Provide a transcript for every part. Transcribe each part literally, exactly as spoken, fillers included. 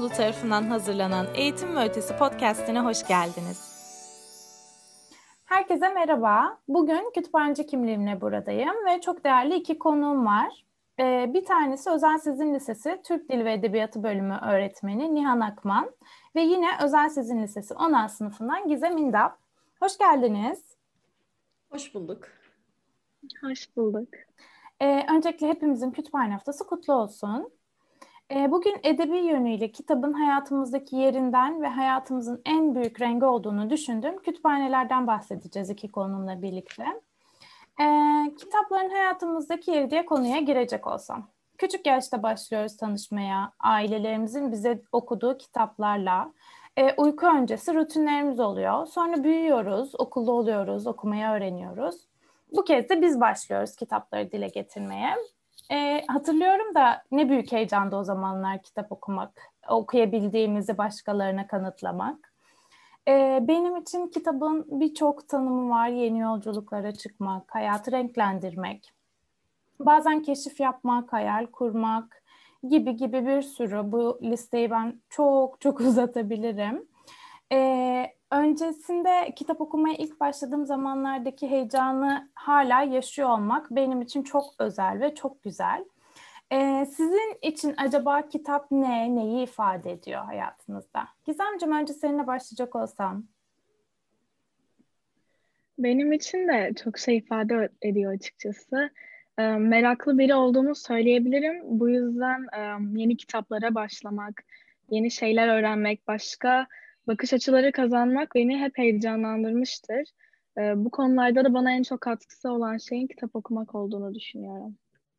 tarafından hazırlanan Eğitim ve Ötesi podcast'ine hoş geldiniz. Herkese merhaba. Bugün kütüphaneci kimliğimle buradayım ve çok değerli iki konuğum var. Ee, bir tanesi Özel Sezin Lisesi Türk Dili ve Edebiyatı bölümü öğretmeni Nihan Akman ve yine Özel Sezin Lisesi on A sınıfından Gizem İndap. Hoş geldiniz. Hoş bulduk. Hoş bulduk. Ee, öncelikle hepimizin kütüphane haftası kutlu olsun. Ee, bugün edebi yönüyle kitabın hayatımızdaki yerinden ve hayatımızın en büyük rengi olduğunu düşündüğüm kütüphanelerden bahsedeceğiz iki konuğumla birlikte. Ee, kitapların hayatımızdaki yeri diye konuya girecek olsam. Küçük yaşta başlıyoruz tanışmaya, ailelerimizin bize okuduğu kitaplarla. Ee, uyku öncesi rutinlerimiz oluyor. Sonra büyüyoruz, okulda oluyoruz, okumayı öğreniyoruz. Bu kez de biz başlıyoruz kitapları dile getirmeye. Ee, hatırlıyorum da ne büyük heyecandı o zamanlar kitap okumak, okuyabildiğimizi başkalarına kanıtlamak. Ee, benim için kitabın birçok tanımı var. Yeni yolculuklara çıkmak, hayatı renklendirmek, bazen keşif yapmak, hayal kurmak gibi gibi bir sürü. Bu listeyi ben çok çok uzatabilirim. Ee, öncesinde kitap okumaya ilk başladığım zamanlardaki heyecanı hala yaşıyor olmak benim için çok özel ve çok güzel. Ee, sizin için acaba kitap ne, neyi ifade ediyor hayatınızda? Gizemciğim, önce seninle başlayacak olsam. Benim için de çok şey ifade ediyor açıkçası. Ee, meraklı biri olduğumu söyleyebilirim. Bu yüzden e, yeni kitaplara başlamak, yeni şeyler öğrenmek, başka bakış açıları kazanmak beni hep heyecanlandırmıştır. Ee, bu konularda da bana en çok katkısı olan şeyin kitap okumak olduğunu düşünüyorum.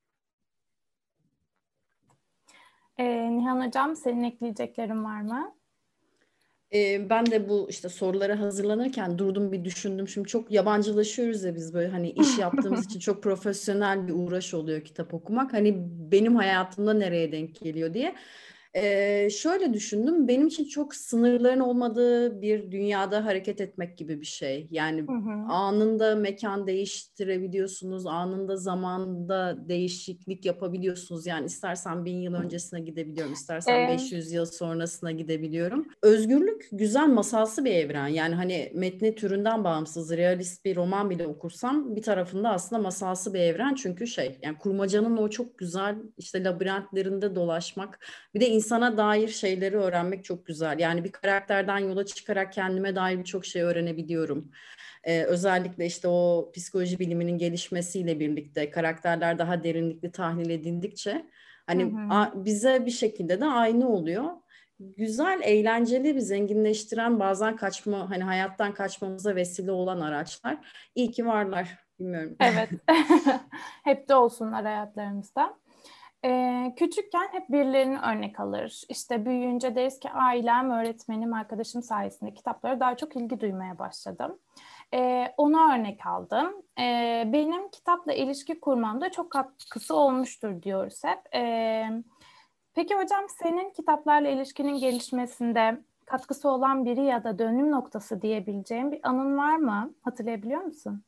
Ee, Nihan Hocam, senin ekleyeceklerin var mı? Ee, ben de bu işte sorulara hazırlanırken durdum bir düşündüm. Şimdi çok yabancılaşıyoruz ya biz böyle hani iş yaptığımız için çok profesyonel bir uğraş oluyor kitap okumak. Hani benim hayatımda nereye denk geliyor diye. Ee, şöyle düşündüm. Benim için çok sınırların olmadığı bir dünyada hareket etmek gibi bir şey. Yani Hı hı. anında mekan değiştirebiliyorsunuz, anında zamanda değişiklik yapabiliyorsunuz. Yani istersen bin yıl öncesine gidebiliyorum, istersen Ee, beş yüz yıl sonrasına gidebiliyorum. Özgürlük güzel, masalsı bir evren. Yani hani metni türünden bağımsız, realist bir roman bile okursam bir tarafında aslında masalsı bir evren. Çünkü şey, yani kurmacanın o çok güzel işte labirentlerinde dolaşmak, bir de insana dair şeyleri öğrenmek çok güzel. Yani bir karakterden yola çıkarak kendime dair birçok şey öğrenebiliyorum. Ee, özellikle işte o psikoloji biliminin gelişmesiyle birlikte karakterler daha derinlikli tahlil edildikçe hı hani hı. a- bize bir şekilde de aynı oluyor. Güzel, eğlenceli, bir zenginleştiren, bazen kaçma, hani hayattan kaçmamıza vesile olan araçlar. İyi ki varlar. Bilmiyorum. Evet. Hep de olsunlar hayatlarımızda. Ee, küçükken hep birilerini örnek alır. İşte büyüyünce deriz ki ailem, öğretmenim, arkadaşım sayesinde kitaplara daha çok ilgi duymaya başladım. Ee, onu örnek aldım. Ee, benim kitapla ilişki kurmamda çok katkısı olmuştur diyoruz hep. Ee, peki hocam, senin kitaplarla ilişkinin gelişmesinde katkısı olan biri ya da dönüm noktası diyebileceğin bir anın var mı? Hatırlayabiliyor musun?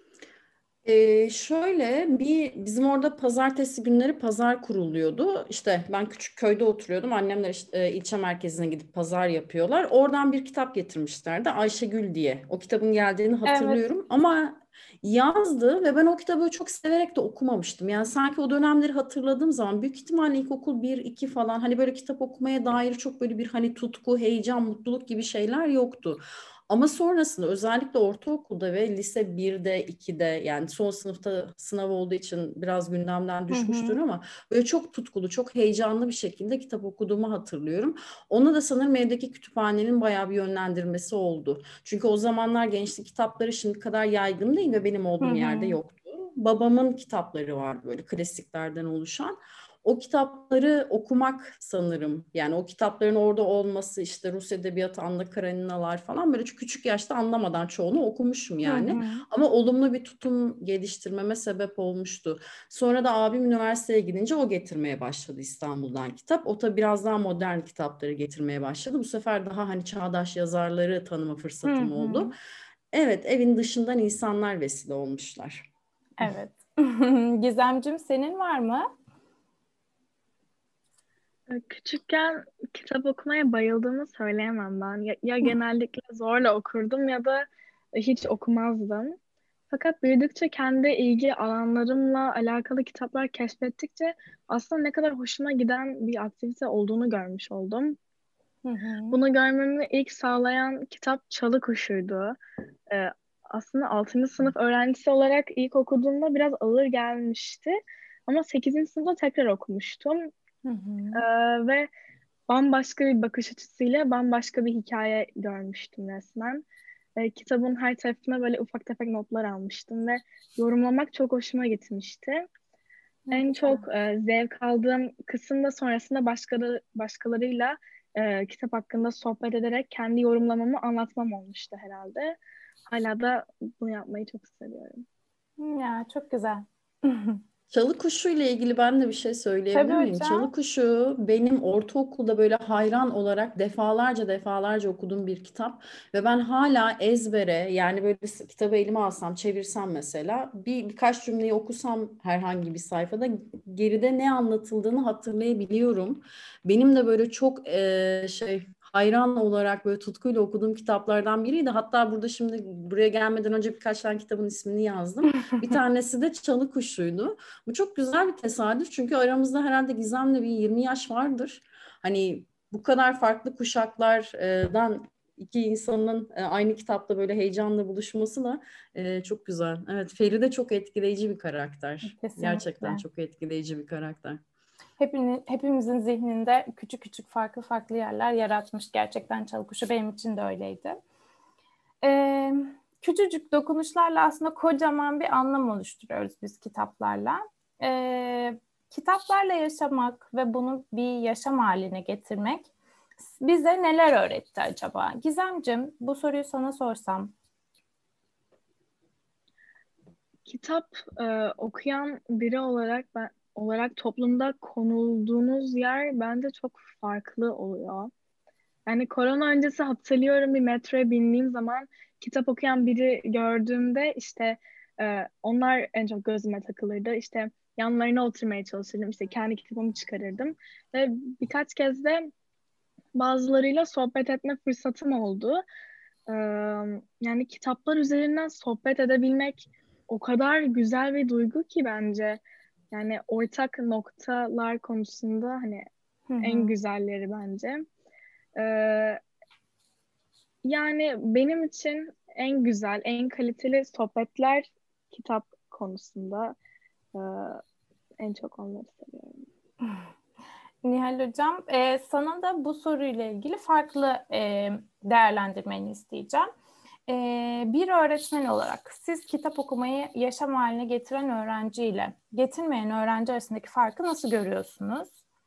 Ee, şöyle bir bizim orada pazartesi günleri pazar kuruluyordu. İşte ben küçük köyde oturuyordum. Annemler işte, e, ilçe merkezine gidip pazar yapıyorlar. Oradan bir kitap getirmişlerdi, Ayşegül diye. O kitabın geldiğini Evet. hatırlıyorum ama yazdı ve ben o kitabı çok severek de okumamıştım. Yani sanki o dönemleri hatırladığım zaman büyük ihtimalle ilkokul bir iki falan, hani böyle kitap okumaya dair çok böyle bir hani tutku, heyecan, mutluluk gibi şeyler yoktu. Ama sonrasında özellikle ortaokulda ve lise birde, ikide, yani son sınıfta sınav olduğu için biraz gündemden Hı düşmüştür hı. ama böyle çok tutkulu, çok heyecanlı bir şekilde kitap okuduğumu hatırlıyorum. Ona da sanırım evdeki kütüphanenin bayağı bir yönlendirmesi oldu. Çünkü o zamanlar gençlik kitapları şimdi kadar yaygın değil ve benim Hı olduğum yerde hı. yoktu. Babamın kitapları var böyle klasiklerden oluşan. O kitapları okumak sanırım, yani o kitapların orada olması, işte Rus Edebiyatı, Anna Kareninalar falan, böyle çok küçük yaşta anlamadan çoğunu okumuşum Hı yani. hı. Ama olumlu bir tutum geliştirmeme sebep olmuştu. Sonra da abim üniversiteye gidince o getirmeye başladı İstanbul'dan kitap. O da biraz daha modern kitapları getirmeye başladı. Bu sefer daha hani çağdaş yazarları tanıma Hı fırsatım oldu. hı. Evet, evin dışından insanlar vesile olmuşlar. Evet. Gizemcim, senin var mı? Küçükken kitap okumaya bayıldığımı söyleyemem ben. Ya, ya genellikle zorla okurdum ya da hiç okumazdım. Fakat büyüdükçe kendi ilgi alanlarımla alakalı kitaplar keşfettikçe aslında ne kadar hoşuma giden bir aktivite olduğunu görmüş oldum. Hı hı. Bunu görmemi ilk sağlayan kitap Çalı Kuşu'ydu. Ee, aslında altıncı sınıf öğrencisi olarak ilk okuduğumda biraz ağır gelmişti. Ama sekizinci sınıfta tekrar okumuştum. Hı hı. Ee, ve bambaşka bir bakış açısıyla bambaşka bir hikaye görmüştüm resmen. Ee, kitabın her tarafına böyle ufak tefek notlar almıştım ve yorumlamak çok hoşuma gitmişti. Ne En güzel. çok e, zevk aldığım kısım da sonrasında başkaları, başkalarıyla e, kitap hakkında sohbet ederek kendi yorumlamamı anlatmam olmuştu herhalde. Hala da bunu yapmayı çok seviyorum. Ya çok güzel. Çalı Kuşu ile ilgili ben de bir şey Tabii söyleyebilir miyim? Çalı hocam. Kuşu benim ortaokulda böyle hayran olarak defalarca defalarca okuduğum bir kitap ve ben hala ezbere, yani böyle s- kitabı elime alsam çevirsem mesela bir birkaç cümleyi okusam herhangi bir sayfada geride ne anlatıldığını hatırlayabiliyorum. Benim de böyle çok eee, şey hayran olarak böyle tutkuyla okuduğum kitaplardan biriydi. Hatta burada şimdi buraya gelmeden önce birkaç tane kitabın ismini yazdım. Bir tanesi de Çalı Kuşu'ydu. Bu çok güzel bir tesadüf çünkü aramızda herhalde Gizem'le bir yirmi yaş vardır. Hani bu kadar farklı kuşaklardan iki insanın e, aynı kitapta böyle heyecanla buluşması da e, çok güzel. Evet, Feride çok etkileyici bir karakter. Gerçekten Kesinlikle. çok etkileyici bir karakter. Hepini, hepimizin zihninde küçük küçük farklı farklı yerler yaratmış. Gerçekten Çalıkuşu benim için de öyleydi. Ee, Küçücük dokunuşlarla aslında kocaman bir anlam oluşturuyoruz biz kitaplarla. Ee, Kitaplarla yaşamak ve bunu bir yaşam haline getirmek bize neler öğretti acaba? Gizemcim, bu soruyu sana sorsam. Kitap e, okuyan biri olarak ben olarak toplumda konulduğunuz yer bence çok farklı oluyor. Yani korona öncesi hatırlıyorum, bir metroya bindiğim zaman kitap okuyan biri gördüğümde işte e, onlar en çok gözüme takılırdı. İşte yanlarına oturmaya çalışırdım. İşte kendi kitabımı çıkarırdım. Ve birkaç kez de bazılarıyla sohbet etme fırsatım oldu. Ee, yani kitaplar üzerinden sohbet edebilmek o kadar güzel bir duygu ki bence. Yani ortak noktalar konusunda hani Hı en hı. güzelleri bence. Ee, yani benim için en güzel, en kaliteli sohbetler kitap konusunda. Ee, en çok onları seviyorum. Nihal Hocam, e, sana da bu soruyla ilgili farklı e, değerlendirmeni isteyeceğim. E, bir öğretmen olarak siz kitap okumayı yaşam haline getiren öğrenciyle getirmeyen öğrenci arasındaki farkı nasıl görüyorsunuz?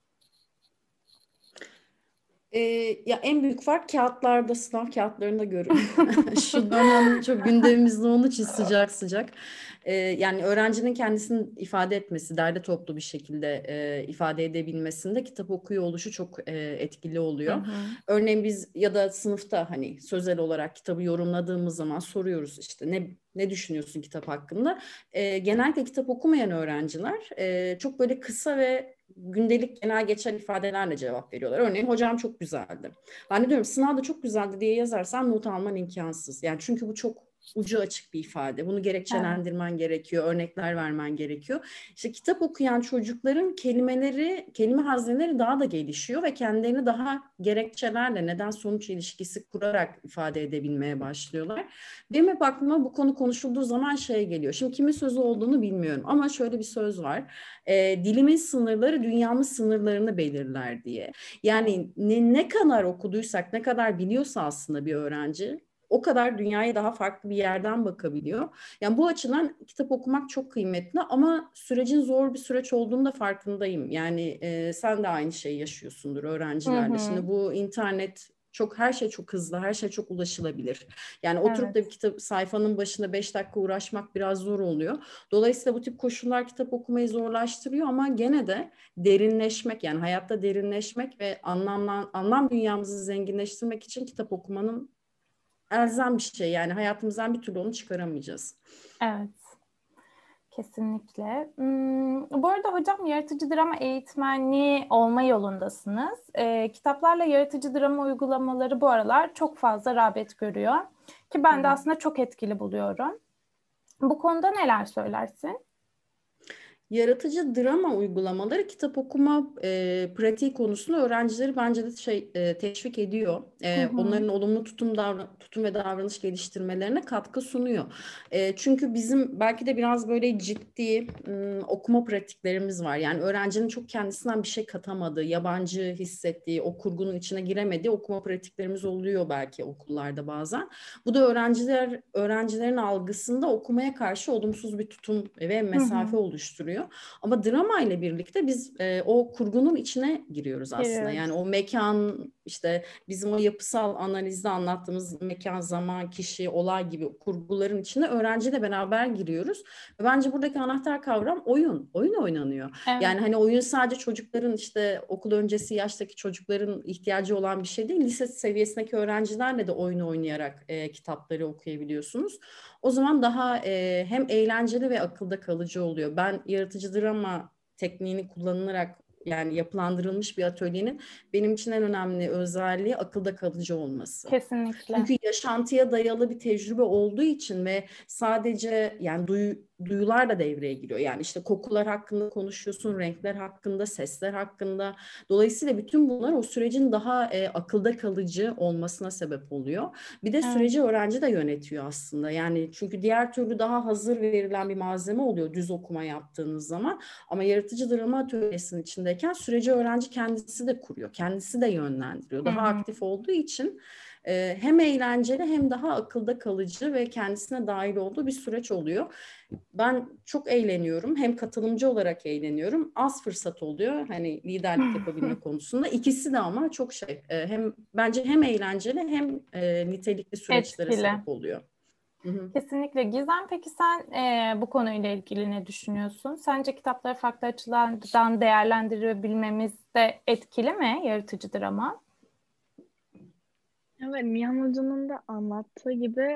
Ee, ya en büyük fark kağıtlarda, sınav kağıtlarında görün. Şu dönem çok gündemimizde onun için sıcak sıcak. Ee, yani öğrencinin kendisini ifade etmesi, derli toplu bir şekilde e, ifade edebilmesinde kitap okuyor oluşu çok e, etkili Hı oluyor. hı. Örneğin biz ya da sınıfta hani sözel olarak kitabı yorumladığımız zaman soruyoruz işte ne ne düşünüyorsun kitap hakkında? Ee, genellikle kitap okumayan öğrenciler e, çok böyle kısa ve gündelik genel geçer ifadelerle cevap veriyorlar. Örneğin hocam çok güzeldi. Ben de diyorum sınavda çok güzeldi diye yazarsan not alman imkansız. Yani çünkü bu çok ucu açık bir ifade. Bunu Evet. gerekçelendirmen gerekiyor, örnekler vermen gerekiyor. İşte kitap okuyan çocukların kelimeleri, kelime hazineleri daha da gelişiyor ve kendilerini daha gerekçelerle neden sonuç ilişkisi kurarak ifade edebilmeye başlıyorlar. Benim hep aklıma bu konu konuşulduğu zaman şey geliyor. Şimdi kimin sözü olduğunu bilmiyorum ama şöyle bir söz var. E, dilimin sınırları dünyamın sınırlarını belirler diye. Yani ne, ne kadar okuduysak, ne kadar biliyorsa aslında bir öğrenci o kadar dünyaya daha farklı bir yerden bakabiliyor. Yani bu açıdan kitap okumak çok kıymetli ama sürecin zor bir süreç olduğunu da farkındayım. Yani e, sen de aynı şeyi yaşıyorsundur Hı öğrencilerle. hı. Şimdi bu internet çok her şey çok hızlı, her şey çok ulaşılabilir. Yani oturup Evet. da bir kitap sayfanın başında beş dakika uğraşmak biraz zor oluyor. Dolayısıyla bu tip koşullar kitap okumayı zorlaştırıyor ama gene de derinleşmek yani hayatta derinleşmek ve anlamlan, anlam dünyamızı zenginleştirmek için kitap okumanın elzem bir şey. Yani hayatımızdan bir türlü onu çıkaramayacağız. Evet. Kesinlikle. Hmm, Bu arada hocam yaratıcı drama eğitmenliği olma yolundasınız. E, kitaplarla yaratıcı drama uygulamaları bu aralar çok fazla rağbet görüyor. Ki ben de Hı. aslında çok etkili buluyorum. Bu konuda neler söylersin? Yaratıcı drama uygulamaları kitap okuma e, pratiği konusunda öğrencileri bence de şey e, teşvik ediyor. Hı E, hı. onların olumlu tutum davran tutum ve davranış geliştirmelerine katkı sunuyor. E, çünkü bizim belki de biraz böyle ciddi m, okuma pratiklerimiz var. Yani öğrencinin çok kendisinden bir şey katamadığı, yabancı hissettiği, o kurgunun içine giremediği okuma pratiklerimiz oluyor belki okullarda bazen. Bu da öğrenciler öğrencilerin algısında okumaya karşı olumsuz bir tutum ve Hı mesafe hı. oluşturuyor. Ama drama ile birlikte biz e, o kurgunun içine giriyoruz aslında. Giriyoruz. Yani o mekan, işte bizim o yapısal analizde anlattığımız mekan, zaman, kişi, olay gibi kurguların içine öğrenciyle beraber giriyoruz. Ve bence buradaki anahtar kavram oyun. Oyun oynanıyor. Evet. Yani hani oyun sadece çocukların, işte okul öncesi yaştaki çocukların ihtiyacı olan bir şey değil. Lise seviyesindeki öğrencilerle de oyun oynayarak e, kitapları okuyabiliyorsunuz. O zaman daha e, hem eğlenceli ve akılda kalıcı oluyor. Ben yaratıcı drama tekniğini kullanılarak, yani yapılandırılmış bir atölyenin benim için en önemli özelliği akılda kalıcı olması. Kesinlikle. Çünkü yaşantıya dayalı bir tecrübe olduğu için ve sadece yani duyu, duyular da devreye giriyor. Yani işte kokular hakkında konuşuyorsun, renkler hakkında, sesler hakkında. Dolayısıyla bütün bunlar o sürecin daha e, akılda kalıcı olmasına sebep oluyor. Bir de Evet. süreci öğrenci de yönetiyor aslında. Yani çünkü diğer türlü daha hazır verilen bir malzeme oluyor düz okuma yaptığınız zaman. Ama yaratıcı drama atölyesinin içindeyken süreci öğrenci kendisi de kuruyor, kendisi de yönlendiriyor. Hı Daha hı. aktif olduğu için e, hem eğlenceli hem daha akılda kalıcı ve kendisine dahil olduğu bir süreç oluyor. Ben çok eğleniyorum. Hem katılımcı olarak eğleniyorum. Az fırsat oluyor hani liderlik yapabilme konusunda. İkisi de ama çok şey. e, hem bence hem eğlenceli hem e, nitelikli süreçlere Etkili. sebep oluyor. Hı hı. Kesinlikle. Gizem, peki sen e, bu konuyla ilgili ne düşünüyorsun? Sence kitapları farklı açılardan değerlendirebilmemiz de etkili mi yaratıcı drama? Evet, Nihan Hoca'nın da anlattığı gibi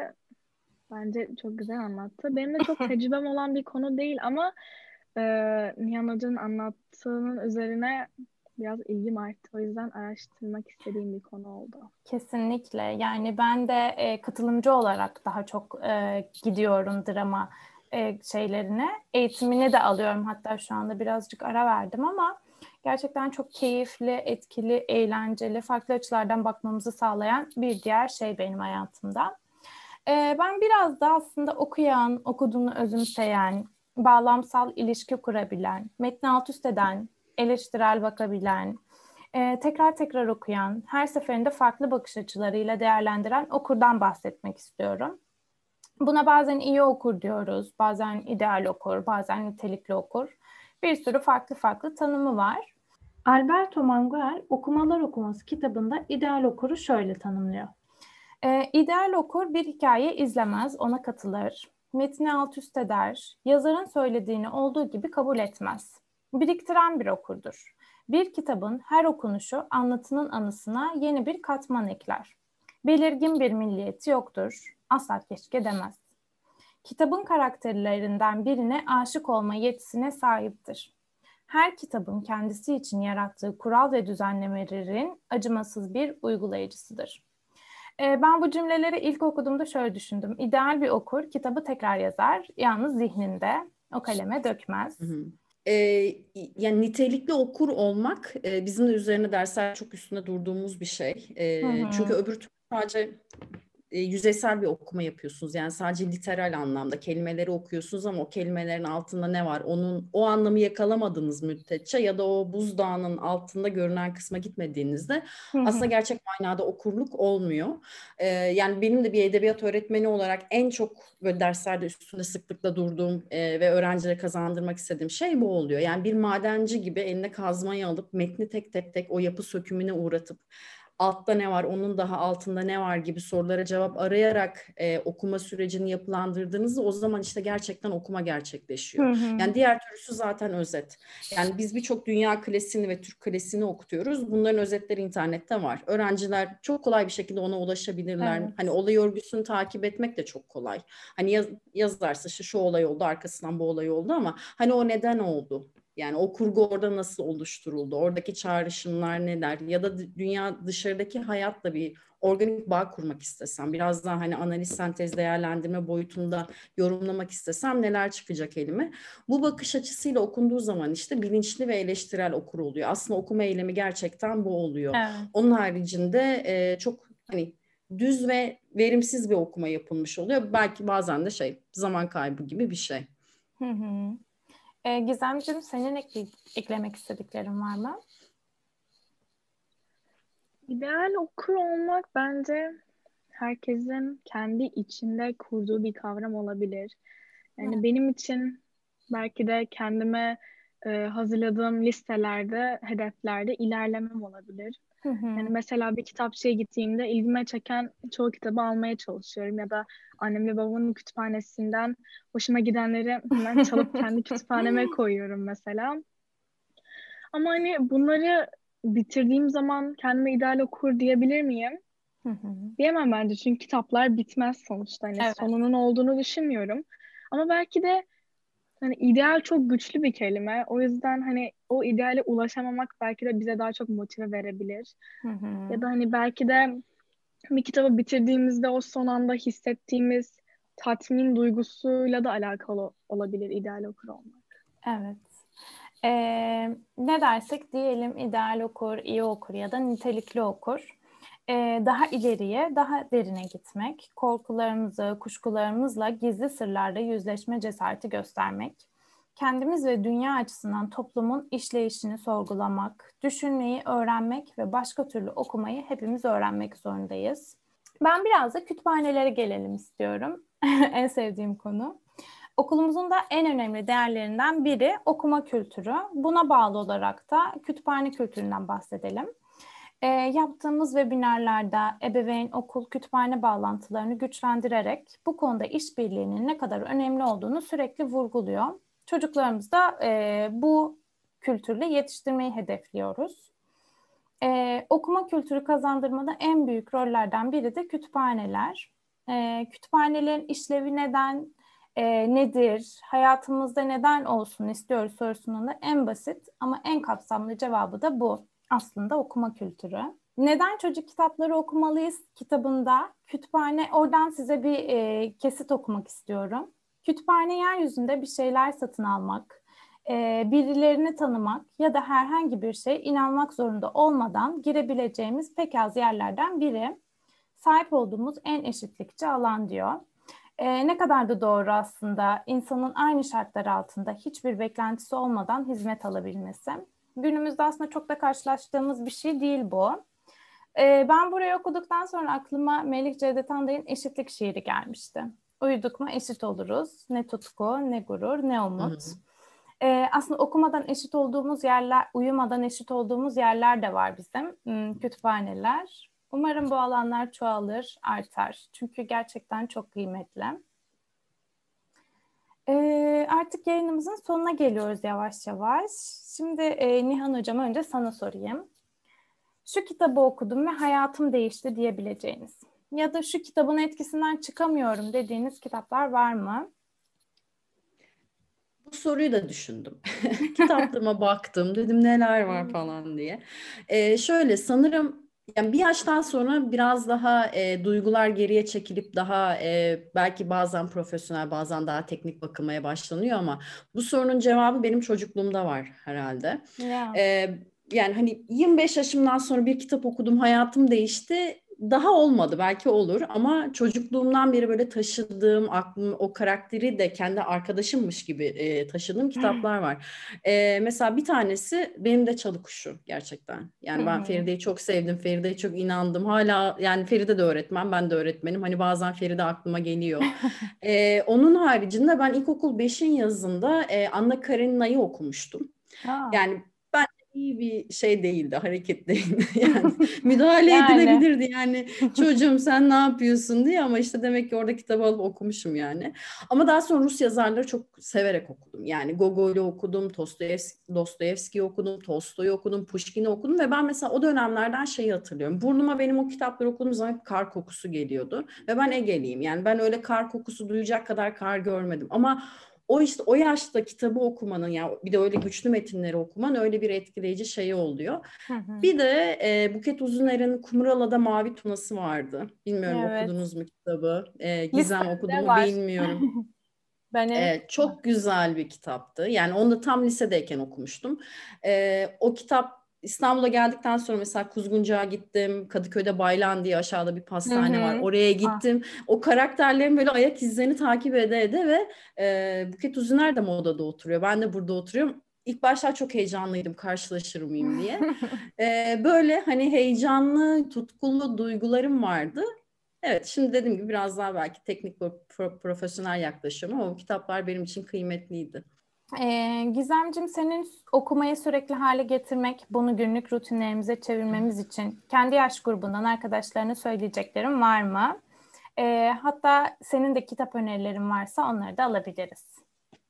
bence çok güzel anlattı. Benim de çok tecrübem olan bir konu değil ama e, Nihan Hoca'nın anlattığının üzerine biraz ilgim arttı. O yüzden araştırmak istediğim bir konu oldu. Kesinlikle. Yani ben de e, katılımcı olarak daha çok e, gidiyorum drama e, şeylerine. Eğitimini de alıyorum. Hatta şu anda birazcık ara verdim ama gerçekten çok keyifli, etkili, eğlenceli, farklı açılardan bakmamızı sağlayan bir diğer şey benim hayatımda. E, ben biraz da aslında okuyan, okuduğunu özümseyen, bağlamsal ilişki kurabilen, metni alt üst eden, eleştirel bakabilen, e, tekrar tekrar okuyan, her seferinde farklı bakış açılarıyla değerlendiren okurdan bahsetmek istiyorum. Buna bazen iyi okur diyoruz, bazen ideal okur, bazen nitelikli okur. Bir sürü farklı farklı tanımı var. Alberto Manguel Okumalar Okuması kitabında ideal okuru şöyle tanımlıyor. E, ideal okur bir hikaye izlemez, ona katılır, metni alt üst eder, yazarın söylediğini olduğu gibi kabul etmez. Biriktiren bir okurdur. Bir kitabın her okunuşu anlatının anısına yeni bir katman ekler. Belirgin bir milliyeti yoktur, asla keşke demez. Kitabın karakterlerinden birine aşık olma yetisine sahiptir. Her kitabın kendisi için yarattığı kural ve düzenlemelerin acımasız bir uygulayıcısıdır. Ee, ben bu cümleleri ilk okuduğumda şöyle düşündüm. İdeal bir okur kitabı tekrar yazar, yalnız zihninde o kaleme dökmez. Hı hı. Ee, yani nitelikli okur olmak e, bizim de üzerine dersler çok üstünde durduğumuz bir şey. Hı E, çünkü hı. öbür türlü sadece e, yüzeysel bir okuma yapıyorsunuz. Yani sadece literal anlamda kelimeleri okuyorsunuz ama o kelimelerin altında ne var? Onun o anlamı yakalamadığınız müddetçe ya da o buzdağının altında görünen kısma gitmediğinizde Hı aslında hı. gerçek manada okurluk olmuyor. E, yani benim de bir edebiyat öğretmeni olarak en çok böyle derslerde üstünde sıklıkla durduğum e, ve öğrencilere kazandırmak istediğim şey bu oluyor. Yani bir madenci gibi eline kazmayı alıp metni tek tek tek o yapı sökümüne uğratıp altta ne var, onun daha altında ne var gibi sorulara cevap arayarak e, okuma sürecini yapılandırdığınızda o zaman işte gerçekten okuma Hı gerçekleşiyor. hı. Yani diğer türlüsü zaten özet. Yani biz birçok dünya klasiğini ve Türk klasiğini okutuyoruz. Bunların özetleri internette var. Öğrenciler çok kolay bir şekilde ona ulaşabilirler. Hani Evet. olay örgüsünü takip etmek de çok kolay. Hani yaz, yazarsa işte şu olay oldu, arkasından bu olay oldu ama hani o neden oldu? Yani o kurgu orada nasıl oluşturuldu? Oradaki çağrışımlar neler? Ya da dünya dışarıdaki hayatla bir organik bağ kurmak istesem, biraz daha hani analiz, sentez, değerlendirme boyutunda yorumlamak istesem neler çıkacak elime? Bu bakış açısıyla okunduğu zaman işte bilinçli ve eleştirel okur oluyor. Aslında okuma eylemi gerçekten bu oluyor. Evet. Onun haricinde e, çok hani düz ve verimsiz bir okuma yapılmış oluyor. Belki bazen de şey zaman kaybı gibi bir şey. Hı hı. E, Gizemciğim, senin ekle- eklemek istediklerin var mı? İdeal okur olmak bence herkesin kendi içinde kurduğu bir kavram olabilir. Yani benim için belki de kendime e, hazırladığım listelerde, hedeflerde ilerlemem olabilir. Hı Yani hı. mesela bir kitapçıya gittiğimde ilgime çeken çoğu kitabı almaya çalışıyorum ya da annemle babamın kütüphanesinden hoşuma gidenleri hemen çalıp kendi kütüphaneme koyuyorum mesela. Ama hani bunları bitirdiğim zaman kendime ideal okur diyebilir miyim? Hı hı. Diyemem bence çünkü kitaplar bitmez sonuçta. Hani Evet. sonunun olduğunu düşünmüyorum. Ama belki de hani ideal çok güçlü bir kelime. O yüzden hani o ideale ulaşamamak belki de bize daha çok motive verebilir. Hı hı. Ya da hani belki de bir kitabı bitirdiğimizde o son anda hissettiğimiz tatmin duygusuyla da alakalı olabilir ideal okur olmak. Evet. Ee, Ne dersek diyelim, ideal okur, iyi okur ya da nitelikli okur. Ee, daha ileriye, daha derine gitmek, korkularımızı, kuşkularımızla, gizli sırlarla yüzleşme cesareti göstermek, kendimiz ve dünya açısından toplumun işleyişini sorgulamak, düşünmeyi öğrenmek ve başka türlü okumayı hepimiz öğrenmek zorundayız. Ben biraz da kütüphanelere gelelim istiyorum. En sevdiğim konu. Okulumuzun da en önemli değerlerinden biri okuma kültürü. Buna bağlı olarak da kütüphane kültüründen bahsedelim. E, yaptığımız webinarlarda ebeveyn okul kütüphane bağlantılarını güçlendirerek bu konuda işbirliğinin ne kadar önemli olduğunu sürekli vurguluyor. Çocuklarımızı da e, bu kültürle yetiştirmeyi hedefliyoruz. E, okuma kültürü kazandırmada en büyük rollerden biri de kütüphaneler. E, kütüphanelerin işlevi neden, e, nedir, hayatımızda neden olsun istiyoruz sorusunun da en basit ama en kapsamlı cevabı da bu. Aslında okuma kültürü. Neden çocuk kitapları okumalıyız kitabında? Kütüphane, oradan size bir e, kesit okumak istiyorum. Kütüphane, yeryüzünde bir şeyler satın almak, e, birilerini tanımak ya da herhangi bir şeye inanmak zorunda olmadan girebileceğimiz pek az yerlerden biri. Sahip olduğumuz en eşitlikçi alan diyor. E, ne kadar da doğru aslında, insanın aynı şartlar altında hiçbir beklentisi olmadan hizmet alabilmesi. Günümüzde aslında çok da karşılaştığımız bir şey değil bu. E, ben burayı okuduktan sonra aklıma Melih Cevdet Anday'ın Eşitlik şiiri gelmişti. Uyuduk mu eşit oluruz, ne tutku, ne gurur, ne Hı umut. hı. Ee, aslında okumadan eşit olduğumuz yerler, uyumadan eşit olduğumuz yerler de var bizim. Hmm, kütüphaneler. Umarım bu alanlar çoğalır, artar. Çünkü gerçekten çok kıymetli. Ee, artık yayınımızın sonuna geliyoruz yavaş yavaş. Şimdi e, Nihan Hocam, önce sana sorayım. Şu kitabı okudum ve hayatım değişti diyebileceğiniz ya da şu kitabın etkisinden çıkamıyorum dediğiniz kitaplar var mı? Bu soruyu da düşündüm. Kitaplığıma baktım, dedim neler var falan diye. Ee, şöyle sanırım yani bir yaştan sonra biraz daha e, duygular geriye çekilip daha e, belki bazen profesyonel bazen daha teknik bakılmaya başlanıyor ama bu sorunun cevabı benim çocukluğumda var herhalde. Ya. Ee, Yani hani yirmi beş yaşımdan sonra bir kitap okudum, hayatım değişti. Daha olmadı, belki olur ama çocukluğumdan beri böyle taşıdığım aklım o karakteri de kendi arkadaşımmış gibi e, taşıdığım kitaplar var. E, mesela bir tanesi benim de Çalı Kuşu gerçekten. Hı Yani ben hı. Feride'yi çok sevdim, Feride'ye çok inandım. Hala yani Feride de öğretmen, ben de öğretmenim. Hani bazen Feride aklıma geliyor. E, onun haricinde ben ilkokul beşin yazında e, Anna Karenina'yı okumuştum. Aa. Yani ben iyi bir şey değildi, hareket değildi. Yani müdahale Yani. edilebilirdi yani, çocuğum sen ne yapıyorsun diye, ama işte demek ki orada kitabı alıp okumuşum yani. Ama daha sonra Rus yazarları çok severek okudum. Yani Gogol'ü okudum, Dostoyevski, Dostoyevski'yi okudum, Tolstoy'u okudum, Pushkin'i okudum ve ben mesela o dönemlerden şeyi hatırlıyorum. Burnuma benim o kitapları okuduğum zaman kar kokusu geliyordu ve ben Ege'liyim. Yani ben öyle kar kokusu duyacak kadar kar görmedim. Ama o işte o yaşta kitabı okumanın, ya bir de öyle güçlü metinleri okuman öyle bir etkileyici şeyi oluyor. Hı hı. Bir de e, Buket Uzuner'in Kumrala'da Mavi Tunası vardı. Bilmiyorum Evet. okudunuz mu kitabı? E, Gizem okudu Listemde mu var. bilmiyorum. Ben evet. E, çok güzel bir kitaptı. Yani onu da tam lisedeyken okumuştum. E, o kitap İstanbul'a geldikten sonra mesela Kuzguncuk'a gittim. Kadıköy'de Baylan diye aşağıda bir Hı pastane var. hı. Oraya Ah, gittim. O karakterlerin böyle ayak izlerini takip ede ede ve e, Buket Uzuner de Moda'da oturuyor. Ben de burada oturuyorum. İlk başta çok heyecanlıydım karşılaşır mıyım diye. E, böyle hani heyecanlı, tutkulu duygularım vardı. Evet, şimdi dediğim gibi biraz daha belki teknik ve pro- profesyonel yaklaşıyorum ama o kitaplar benim için kıymetliydi. Ee, Gizemcim, senin okumayı sürekli hale getirmek, bunu günlük rutinlerimize çevirmemiz için kendi yaş grubundan arkadaşlarına söyleyeceklerim var mı? Ee, hatta senin de kitap önerilerin varsa onları da alabiliriz.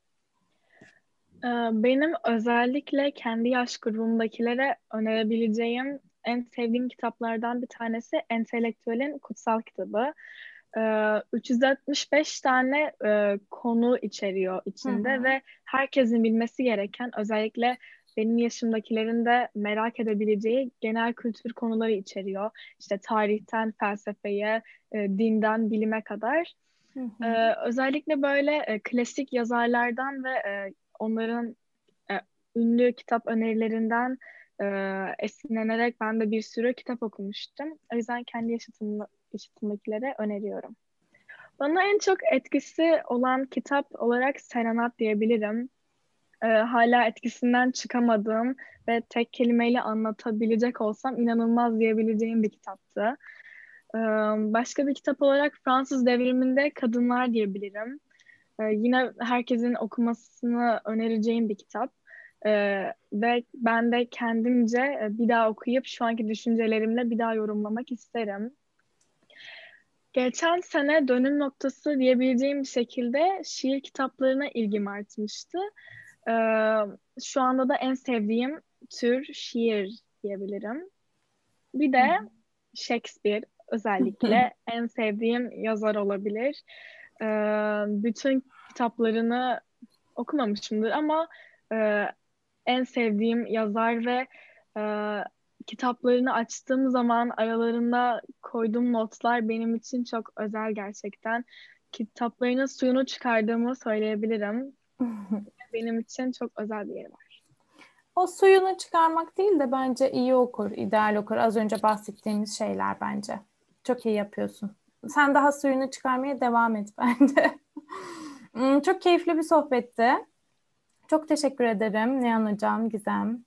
Ee, Benim özellikle kendi yaş grubumdakilere önerebileceğim en sevdiğim kitaplardan bir tanesi Entelektüel'in Kutsal Kitabı. Ee, üç yüz altmış beş tane e, konu içeriyor Hı içinde hı. ve herkesin bilmesi gereken, özellikle benim yaşımdakilerin de merak edebileceği genel kültür konuları içeriyor. İşte tarihten felsefeye, e, dinden bilime kadar. Hı hı. Ee, özellikle böyle e, klasik yazarlardan ve e, onların e, ünlü kitap önerilerinden e, esinlenerek ben de bir sürü kitap okumuştum. O yüzden kendi yaşıtım, yaşıtımdakilere öneriyorum. Bana en çok etkisi olan kitap olarak Serenat diyebilirim. E, hala etkisinden çıkamadığım ve tek kelimeyle anlatabilecek olsam inanılmaz diyebileceğim bir kitaptı. E, Başka bir kitap olarak Fransız Devrimi'nde Kadınlar diyebilirim. Ee, yine herkesin okumasını önereceğim bir kitap. Ee, ve ben de kendimce e, bir daha okuyup şu anki düşüncelerimle bir daha yorumlamak isterim. Geçen sene dönüm noktası diyebileceğim bir şekilde şiir kitaplarına ilgim artmıştı. Ee, Şu anda da en sevdiğim tür şiir diyebilirim. Bir Hı de Shakespeare hı. özellikle en sevdiğim yazar olabilir. Ee, Bütün kitaplarını okumamışımdır ama e, en sevdiğim yazar ve e, kitaplarını açtığım zaman aralarında koyduğum notlar benim için çok özel gerçekten. Kitaplarının suyunu çıkardığımı söyleyebilirim. Benim için çok özel bir yeri var. O suyunu çıkarmak değil de bence iyi okur, ideal okur. Az önce bahsettiğimiz şeyler bence. Çok iyi yapıyorsun. Sen daha suyunu çıkarmaya devam et bence. Hmm, Çok keyifli bir sohbetti. Çok teşekkür ederim Nihan Hocam, Gizem.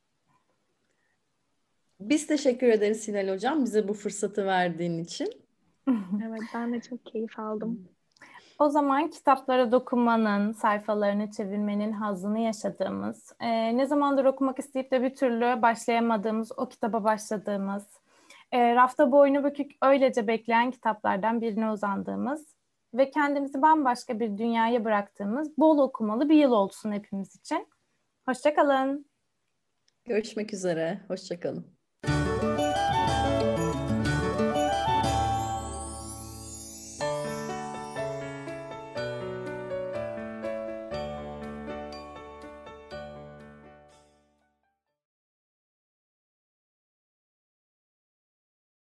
Biz teşekkür ederiz Hilal Hocam, bize bu fırsatı verdiğin için. Evet, ben de çok keyif aldım. O zaman kitaplara dokunmanın, sayfalarını çevirmenin hazzını yaşadığımız, e, ne zamandır okumak isteyip de bir türlü başlayamadığımız, o kitaba başladığımız, e, rafta boynu bükük öylece bekleyen kitaplardan birine uzandığımız ve kendimizi bambaşka bir dünyaya bıraktığımız bol okumalı bir yıl olsun hepimiz için. Hoşça kalın. Görüşmek üzere, hoşça kalın.